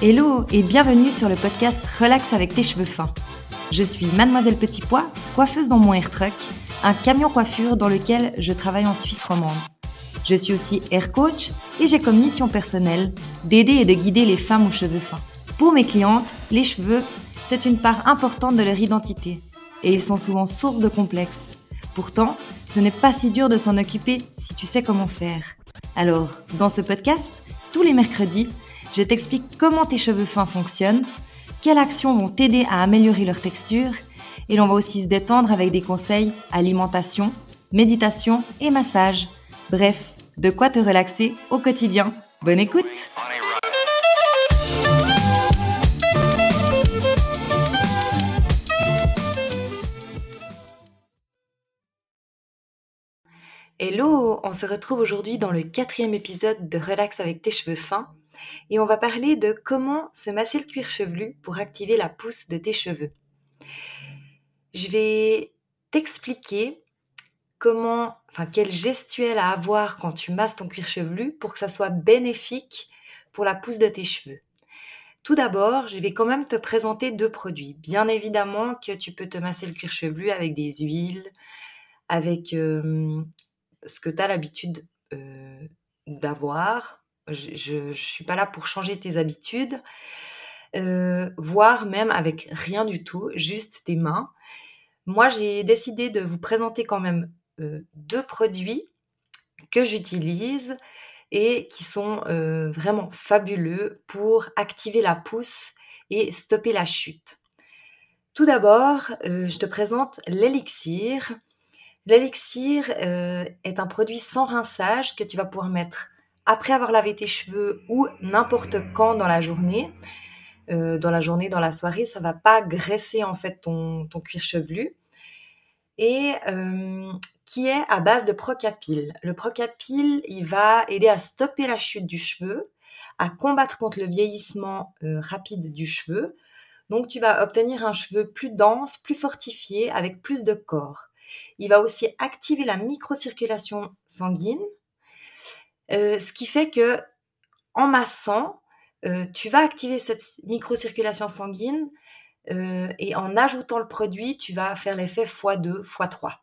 Hello et bienvenue sur le podcast Relax avec tes cheveux fins. Je suis Mademoiselle Petit Pois, coiffeuse dans mon air truck, un camion coiffure dans lequel je travaille en Suisse romande. Je suis aussi hair coach et j'ai comme mission personnelle d'aider et de guider les femmes aux cheveux fins. Pour mes clientes, les cheveux, c'est une part importante de leur identité et ils sont souvent source de complexes. Pourtant, ce n'est pas si dur de s'en occuper si tu sais comment faire. Alors, dans ce podcast, tous les mercredis, je t'explique comment tes cheveux fins fonctionnent, quelles actions vont t'aider à améliorer leur texture, et l'on va aussi se détendre avec des conseils alimentation, méditation et massage. Bref, de quoi te relaxer au quotidien. Bonne écoute! Hello, on se retrouve aujourd'hui dans le 4e épisode de Relax avec tes cheveux fins et on va parler de comment se masser le cuir chevelu pour activer la pousse de tes cheveux. Je vais t'expliquer quelle gestuelle à avoir quand tu masses ton cuir chevelu pour que ça soit bénéfique pour la pousse de tes cheveux. Tout d'abord, je vais quand même te présenter 2 produits. Bien évidemment que tu peux te masser le cuir chevelu avec des huiles, avec ce que tu as l'habitude d'avoir. Je suis pas là pour changer tes habitudes, voire même avec rien du tout, juste tes mains. Moi, j'ai décidé de vous présenter quand même 2 produits que j'utilise et qui sont vraiment fabuleux pour activer la pousse et stopper la chute. Tout d'abord, je te présente l'élixir. L'élixir est un produit sans rinçage que tu vas pouvoir mettre après avoir lavé tes cheveux ou n'importe quand dans la journée. Dans la soirée, ça va pas graisser en fait ton cuir chevelu. Et qui est à base de Procapil. Le Procapil, il va aider à stopper la chute du cheveu, à combattre contre le vieillissement rapide du cheveu. Donc tu vas obtenir un cheveu plus dense, plus fortifié, avec plus de corps. Il va aussi activer la microcirculation sanguine, ce qui fait que en massant, tu vas activer cette microcirculation sanguine et en ajoutant le produit, tu vas faire l'effet x2, x3.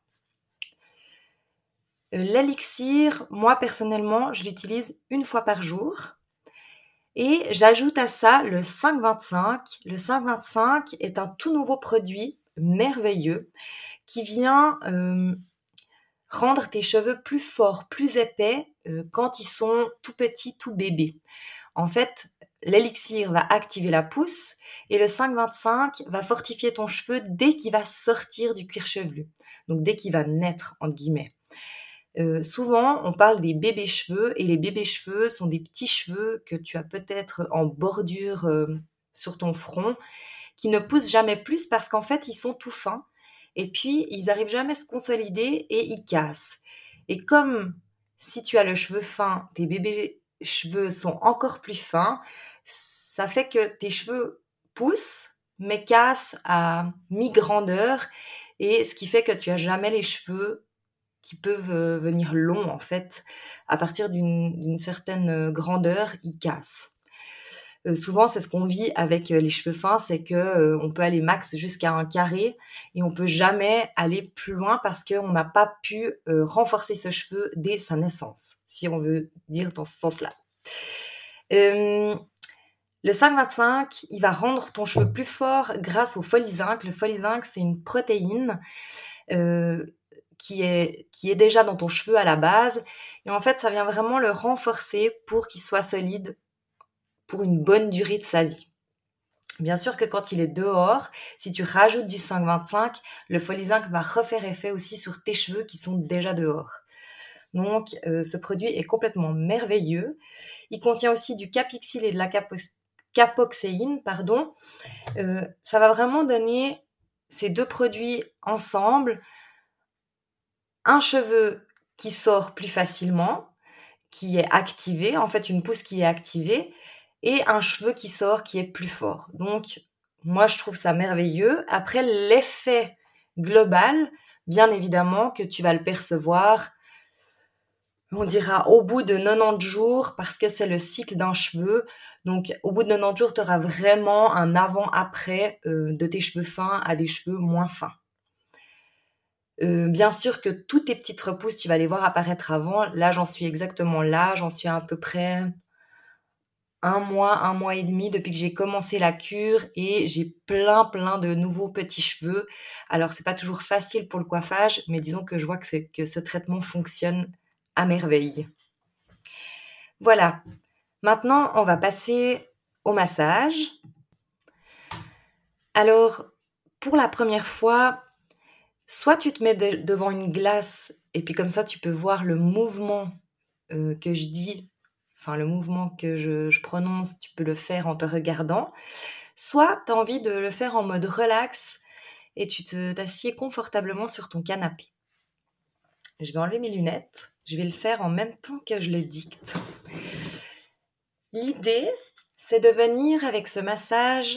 L'élixir, moi personnellement, je l'utilise 1 fois par jour. Et j'ajoute à ça le 525. Le 525 est un tout nouveau produit merveilleux qui vient rendre tes cheveux plus forts, plus épais quand ils sont tout petits, tout bébés. En fait, l'élixir va activer la pousse et le 525 va fortifier ton cheveu dès qu'il va sortir du cuir chevelu. Donc dès qu'il va naître, entre guillemets. Souvent, on parle des bébés cheveux et les bébés cheveux sont des petits cheveux que tu as peut-être en bordure sur ton front qui ne poussent jamais plus parce qu'en fait, ils sont tout fins et puis ils n'arrivent jamais à se consolider et ils cassent. Et comme si tu as le cheveu fin, tes bébés cheveux sont encore plus fins, ça fait que tes cheveux poussent mais cassent à mi-grandeur et ce qui fait que tu as jamais les cheveux qui peuvent venir longs en fait. À partir d'une certaine grandeur, ils cassent. Souvent, c'est ce qu'on vit avec les cheveux fins, c'est que on peut aller max jusqu'à un carré et on peut jamais aller plus loin parce qu'on n'a pas pu renforcer ce cheveu dès sa naissance, si on veut dire dans ce sens-là. Le 525, il va rendre ton cheveu plus fort grâce au Folizinc. Le Folizinc, c'est une protéine qui est déjà dans ton cheveu à la base. Et en fait, ça vient vraiment le renforcer pour qu'il soit solide pour une bonne durée de sa vie. Bien sûr que quand il est dehors, si tu rajoutes du 525, le Folizinc va refaire effet aussi sur tes cheveux qui sont déjà dehors. Donc, ce produit est complètement merveilleux. Il contient aussi du capixyl et de la capoxéine, ça va vraiment donner ces 2 produits ensemble un cheveu qui sort plus facilement, qui est activé, en fait une pousse qui est activée, et un cheveu qui sort qui est plus fort. Donc, moi je trouve ça merveilleux. Après, l'effet global, bien évidemment que tu vas le percevoir, on dira au bout de 90 jours, parce que c'est le cycle d'un cheveu. Donc, au bout de 90 jours, tu auras vraiment un avant-après de tes cheveux fins à des cheveux moins fins. Bien sûr que toutes tes petites repousses, tu vas les voir apparaître avant. Là, j'en suis exactement là. J'en suis à peu près un mois et demi depuis que j'ai commencé la cure et j'ai plein de nouveaux petits cheveux. Alors, c'est pas toujours facile pour le coiffage, mais disons que je vois que ce traitement fonctionne à merveille. Voilà. Maintenant, on va passer au massage. Alors, pour la première fois, soit tu te mets devant une glace et puis comme ça, tu peux voir le mouvement que je dis, enfin le mouvement que je prononce, tu peux le faire en te regardant. Soit tu as envie de le faire en mode relax et t'assieds confortablement sur ton canapé. Je vais enlever mes lunettes, je vais le faire en même temps que je le dicte. L'idée, c'est de venir avec ce massage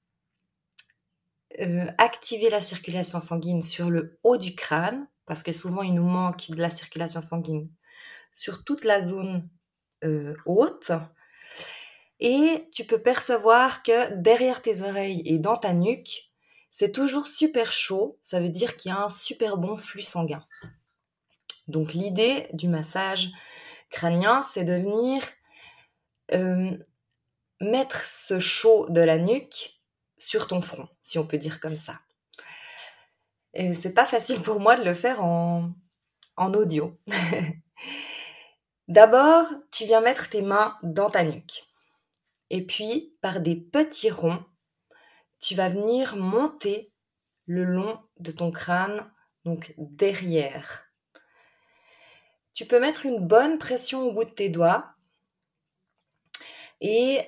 activer la circulation sanguine sur le haut du crâne, parce que souvent il nous manque de la circulation sanguine sur toute la zone haute. Et tu peux percevoir que derrière tes oreilles et dans ta nuque, c'est toujours super chaud. Ça veut dire qu'il y a un super bon flux sanguin. Donc l'idée du massage crânien, c'est de venir mettre ce chaud de la nuque sur ton front, si on peut dire comme ça. Et c'est pas facile pour moi de le faire en audio. D'abord, tu viens mettre tes mains dans ta nuque. Et puis, par des petits ronds, tu vas venir monter le long de ton crâne, donc derrière. Tu peux mettre une bonne pression au bout de tes doigts et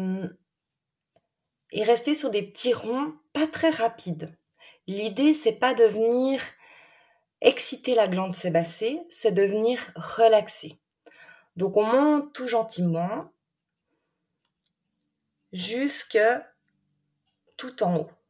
rester sur des petits ronds pas très rapides. L'idée, c'est pas de venir exciter la glande sébacée, c'est de venir relaxer. Donc on monte tout gentiment jusque tout en haut.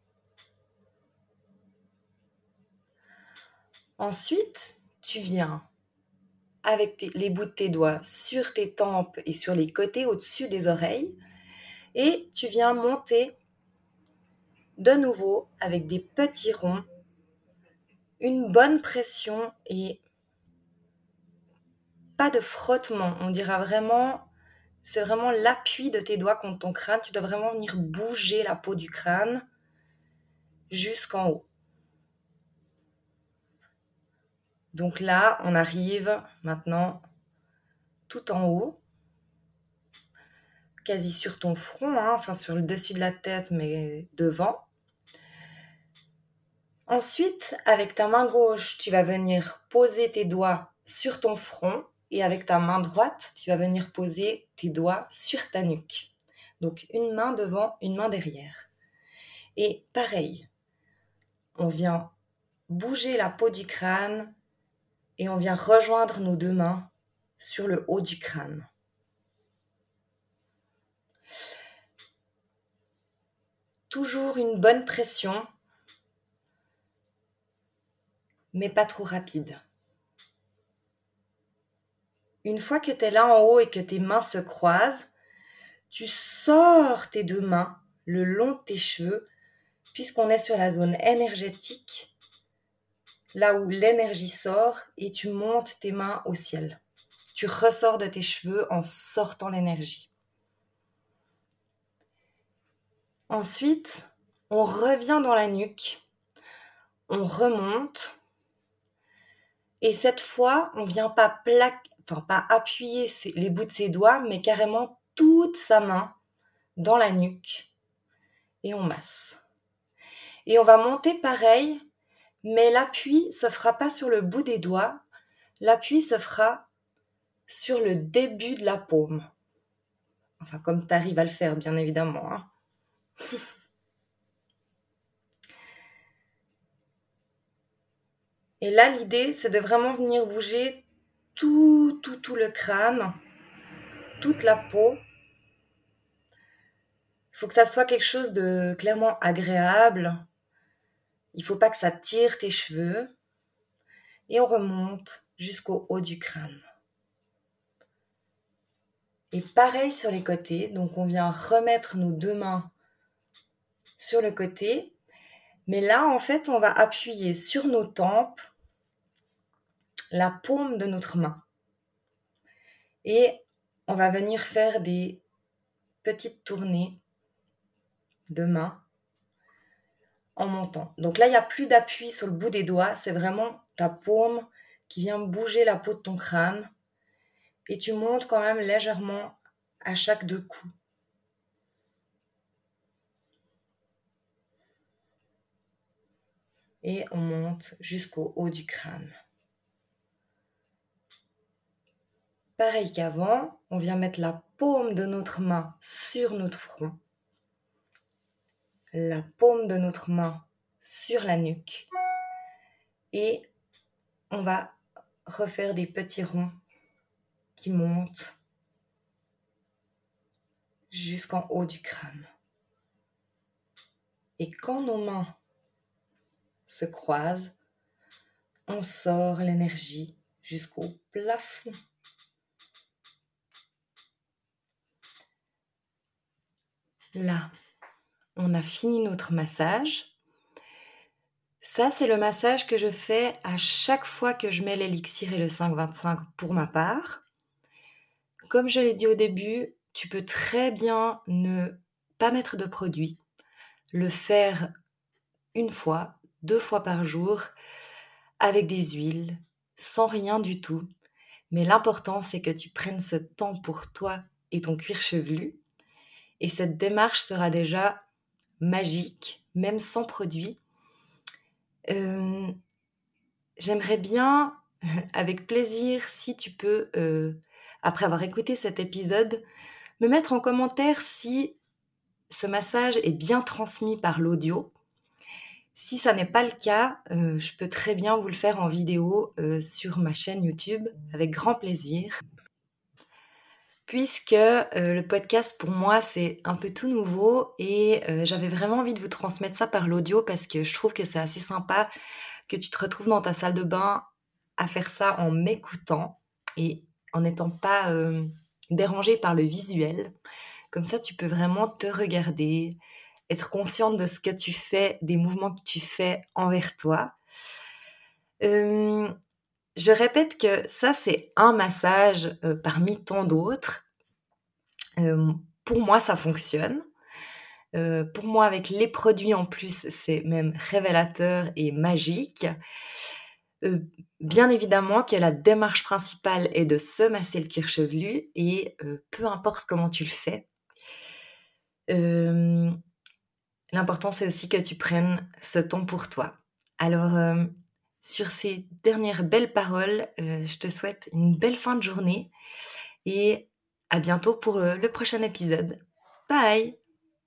Ensuite, tu viens avec les bouts de tes doigts sur tes tempes et sur les côtés au-dessus des oreilles et tu viens monter de nouveau avec des petits ronds, une bonne pression et pas de frottement. On dira vraiment, c'est vraiment l'appui de tes doigts contre ton crâne. Tu dois vraiment venir bouger la peau du crâne jusqu'en haut. Donc là, on arrive maintenant tout en haut, quasi sur ton front, enfin sur le dessus de la tête, mais devant. Ensuite, avec ta main gauche, tu vas venir poser tes doigts sur ton front et avec ta main droite, tu vas venir poser tes doigts sur ta nuque. Donc une main devant, une main derrière. Et pareil, on vient bouger la peau du crâne et on vient rejoindre nos deux mains sur le haut du crâne. Toujours une bonne pression, mais pas trop rapide. Une fois que tu es là en haut et que tes mains se croisent, tu sors tes deux mains le long de tes cheveux, puisqu'on est sur la zone énergétique, là où l'énergie sort, et tu montes tes mains au ciel. Tu ressors de tes cheveux en sortant l'énergie. Ensuite, on revient dans la nuque, on remonte, et cette fois, on vient pas appuyer les bouts de ses doigts, mais carrément toute sa main dans la nuque, et on masse. Et on va monter pareil, mais l'appui se fera pas sur le bout des doigts, l'appui se fera sur le début de la paume. Enfin, comme tu arrives à le faire, bien évidemment. Et là, l'idée, c'est de vraiment venir bouger tout le crâne, toute la peau. Il faut que ça soit quelque chose de clairement agréable. Il ne faut pas que ça tire tes cheveux. Et on remonte jusqu'au haut du crâne. Et pareil sur les côtés, donc on vient remettre nos 2 mains sur le côté. Mais là, en fait, on va appuyer sur nos tempes, la paume de notre main. Et on va venir faire des petites tournées de main en montant. Donc là, il n'y a plus d'appui sur le bout des doigts, c'est vraiment ta paume qui vient bouger la peau de ton crâne. Et tu montes quand même légèrement à chaque 2 coups. Et on monte jusqu'au haut du crâne. Pareil qu'avant, on vient mettre la paume de notre main sur notre front, la paume de notre main sur la nuque et on va refaire des petits ronds qui montent jusqu'en haut du crâne. Et quand nos mains se croisent, on sort l'énergie jusqu'au plafond. Là, on a fini notre massage. Ça, c'est le massage que je fais à chaque fois que je mets l'élixir et le 5-25 pour ma part. Comme je l'ai dit au début, tu peux très bien ne pas mettre de produit, le faire 1 fois, 2 fois par jour, avec des huiles, sans rien du tout. Mais l'important, c'est que tu prennes ce temps pour toi et ton cuir chevelu. Et cette démarche sera déjà magique, même sans produit. J'aimerais bien, avec plaisir, si tu peux, après avoir écouté cet épisode, me mettre en commentaire si ce massage est bien transmis par l'audio. Si ça n'est pas le cas, je peux très bien vous le faire en vidéo sur ma chaîne YouTube, avec grand plaisir. Puisque le podcast, pour moi, c'est un peu tout nouveau et j'avais vraiment envie de vous transmettre ça par l'audio parce que je trouve que c'est assez sympa que tu te retrouves dans ta salle de bain à faire ça en m'écoutant et en n'étant pas dérangé par le visuel. Comme ça, tu peux vraiment te regarder, être consciente de ce que tu fais, des mouvements que tu fais envers toi. Je répète que ça, c'est un massage parmi tant d'autres. Pour moi, ça fonctionne. Pour moi, avec les produits en plus, c'est même révélateur et magique. Bien évidemment que la démarche principale est de se masser le cuir chevelu et peu importe comment tu le fais. L'important, c'est aussi que tu prennes ce temps pour toi. Alors, sur ces dernières belles paroles, je te souhaite une belle fin de journée et à bientôt pour le prochain épisode. Bye!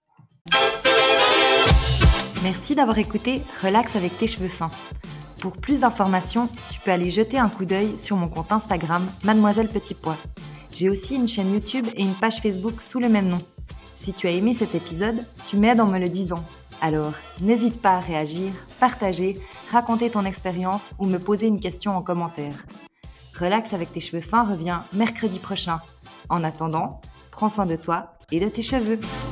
Merci d'avoir écouté Relax avec tes cheveux fins. Pour plus d'informations, tu peux aller jeter un coup d'œil sur mon compte Instagram Mademoiselle Petit Pois. J'ai aussi une chaîne YouTube et une page Facebook sous le même nom. Si tu as aimé cet épisode, tu m'aides en me le disant. Alors, n'hésite pas à réagir, partager, raconter ton expérience ou me poser une question en commentaire. Relax avec tes cheveux fins revient mercredi prochain. En attendant, prends soin de toi et de tes cheveux.